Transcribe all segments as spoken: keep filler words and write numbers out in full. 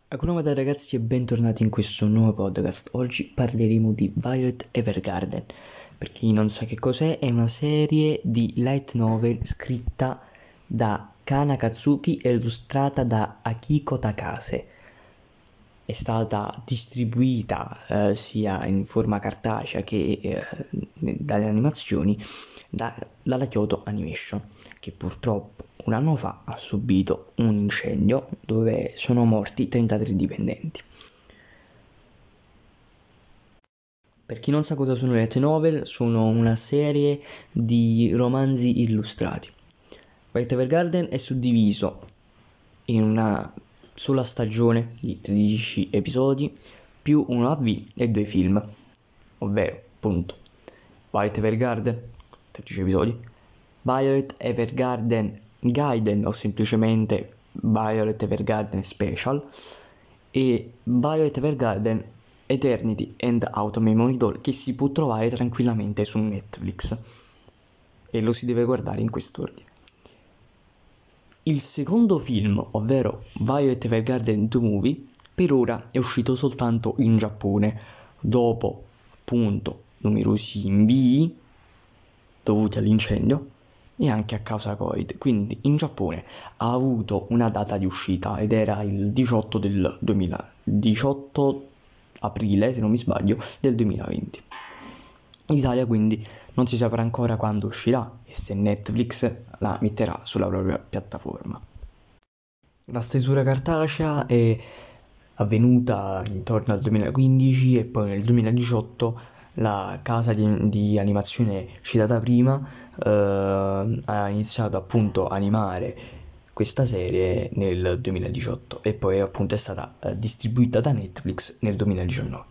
Hakuna Matata ragazzi e bentornati in questo nuovo podcast. Oggi parleremo di Violet Evergarden. Per chi non sa che cos'è, è una serie di light novel scritta da Kana Katsuki e illustrata da Akiko Takase. È stata distribuita eh, sia in forma cartacea che eh, dalle animazioni da, dalla Kyoto Animation, che purtroppo un anno fa ha subito un incendio dove sono morti trentatré dipendenti. Per chi non sa cosa sono le light novel, sono una serie di romanzi illustrati. Violet Evergarden è suddiviso in una sola stagione di tredici episodi più un O A V e due film, ovvero appunto Violet Evergarden, tredici episodi, Violet Evergarden Gaiden o semplicemente Violet Evergarden Special e Violet Evergarden Eternity and Auto Memory Doll, che si può trovare tranquillamente su Netflix e lo si deve guardare in quest'ordine. Il secondo film, ovvero Violet Evergarden The Movie, per ora è uscito soltanto in Giappone, dopo appunto numerosi invii dovuti all'incendio e anche a causa Covid. Quindi in Giappone ha avuto una data di uscita ed era il diciotto del duemila, diciotto aprile, se non mi sbaglio, del duemilaventi. In Italia quindi non si saprà ancora quando uscirà e se Netflix la metterà sulla propria piattaforma. La stesura cartacea è avvenuta intorno al duemilaquindici e poi nel duemiladiciotto la casa di, di animazione citata prima eh, ha iniziato appunto a animare questa serie nel duemiladiciotto e poi appunto è stata eh, distribuita da Netflix nel duemiladiciannove.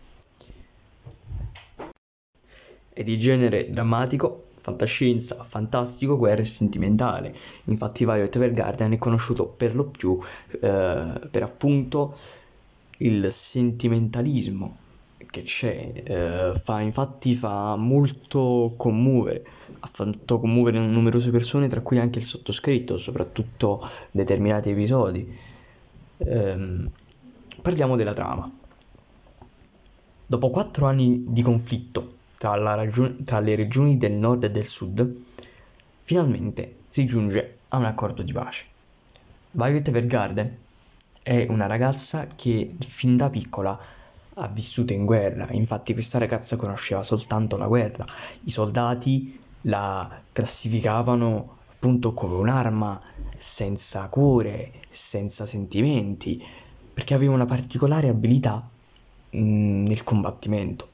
È di genere drammatico, fantascienza, fantastico, guerra e sentimentale. Infatti Violet Evergarden è conosciuto per lo più eh, per appunto il sentimentalismo che c'è, eh, fa, infatti fa molto commuovere, ha fatto commuovere numerose persone, tra cui anche il sottoscritto, soprattutto determinati episodi. Ehm, parliamo della trama. Dopo quattro anni di conflitto tra, la ragion- tra le regioni del nord e del sud, finalmente si giunge a un accordo di pace. Violet Evergarden è una ragazza che fin da piccola ha vissuto in guerra, infatti questa ragazza conosceva soltanto la guerra. I soldati la classificavano appunto come un'arma senza cuore, senza sentimenti, perché aveva una particolare abilità mh, nel combattimento.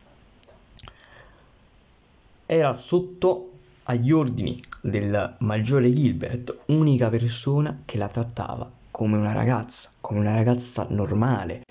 Era sotto agli ordini del maggiore Gilbert, unica persona che la trattava come una ragazza, come una ragazza normale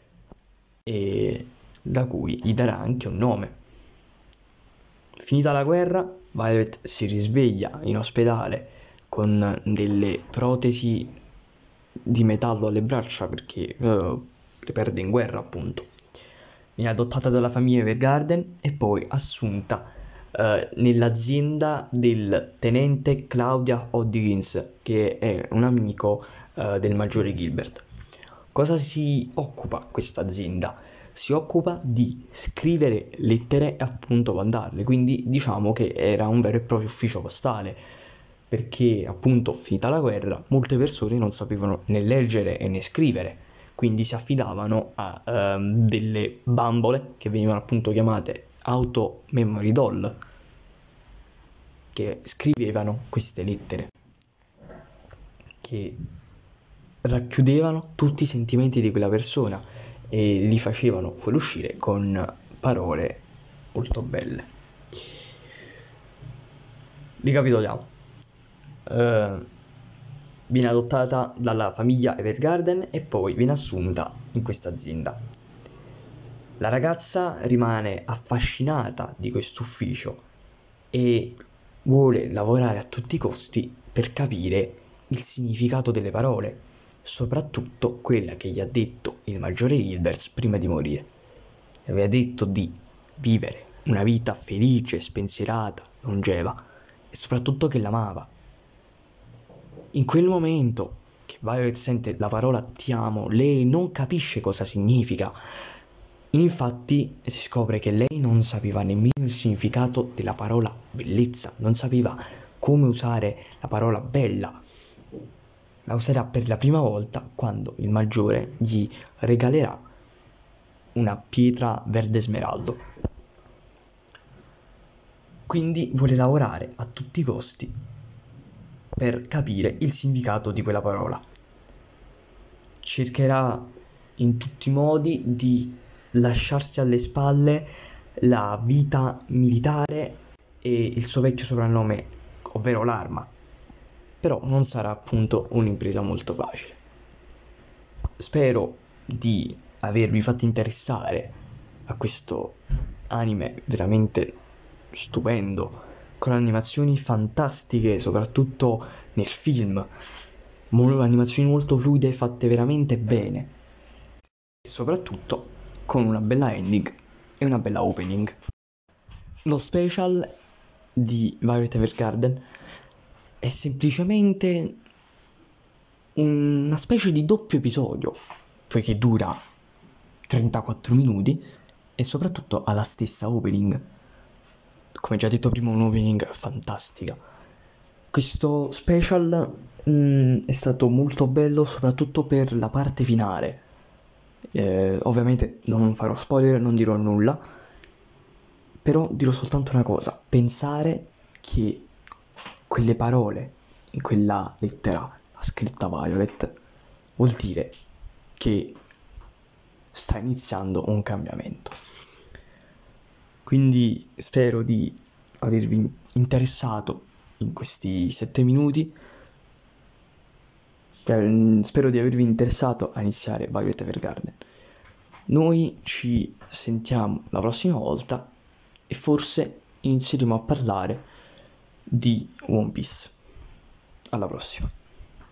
e da cui gli darà anche un nome. Finita la guerra, Violet si risveglia in ospedale con delle protesi di metallo alle braccia perché uh, le perde in guerra appunto. Viene adottata dalla famiglia Evergarden e poi assunta uh, nell'azienda del tenente Claudia Hodgins, che è un amico uh, del maggiore Gilbert. Cosa si occupa questa azienda? Si occupa di scrivere lettere e appunto mandarle, quindi diciamo che era un vero e proprio ufficio postale, perché appunto finita la guerra molte persone non sapevano né leggere né scrivere, quindi si affidavano a um, delle bambole che venivano appunto chiamate auto memory doll, che scrivevano queste lettere che racchiudevano tutti i sentimenti di quella persona e li facevano fuoriuscire con parole molto belle. Ricapitoliamo. Uh, viene adottata dalla famiglia Evergarden e poi viene assunta in questa azienda. La ragazza rimane affascinata di questo ufficio e vuole lavorare a tutti i costi per capire il significato delle parole, soprattutto quella che gli ha detto il maggiore Gilbert prima di morire. Gli aveva detto di vivere una vita felice, spensierata, longeva e soprattutto che l'amava. In quel momento che Violet sente la parola ti amo, lei non capisce cosa significa. Infatti si scopre che lei non sapeva nemmeno il significato della parola bellezza, non sapeva come usare la parola bella. La userà per la prima volta quando il maggiore gli regalerà una pietra verde smeraldo. Quindi vuole lavorare a tutti i costi per capire il significato di quella parola. Cercherà in tutti i modi di lasciarsi alle spalle la vita militare e il suo vecchio soprannome, ovvero l'arma. Però non sarà appunto un'impresa molto facile. Spero di avervi fatto interessare a questo anime veramente stupendo, con animazioni fantastiche, soprattutto nel film, Mo- animazioni molto fluide fatte veramente bene e soprattutto con una bella ending e una bella opening. Lo special di Violet Evergarden è semplicemente una specie di doppio episodio, poiché dura trentaquattro minuti e soprattutto ha la stessa opening. Come già detto prima, un'opening fantastica. Questo special mh, è stato molto bello soprattutto per la parte finale. Eh, ovviamente non farò spoiler, non dirò nulla, però dirò soltanto una cosa: pensare che quelle parole in quella lettera scritta Violet vuol dire che sta iniziando un cambiamento. Quindi spero di avervi interessato in questi sette minuti. Spero di avervi interessato a iniziare Violet Evergarden. Noi ci sentiamo la prossima volta e forse inizieremo a parlare di One Piece. Alla prossima.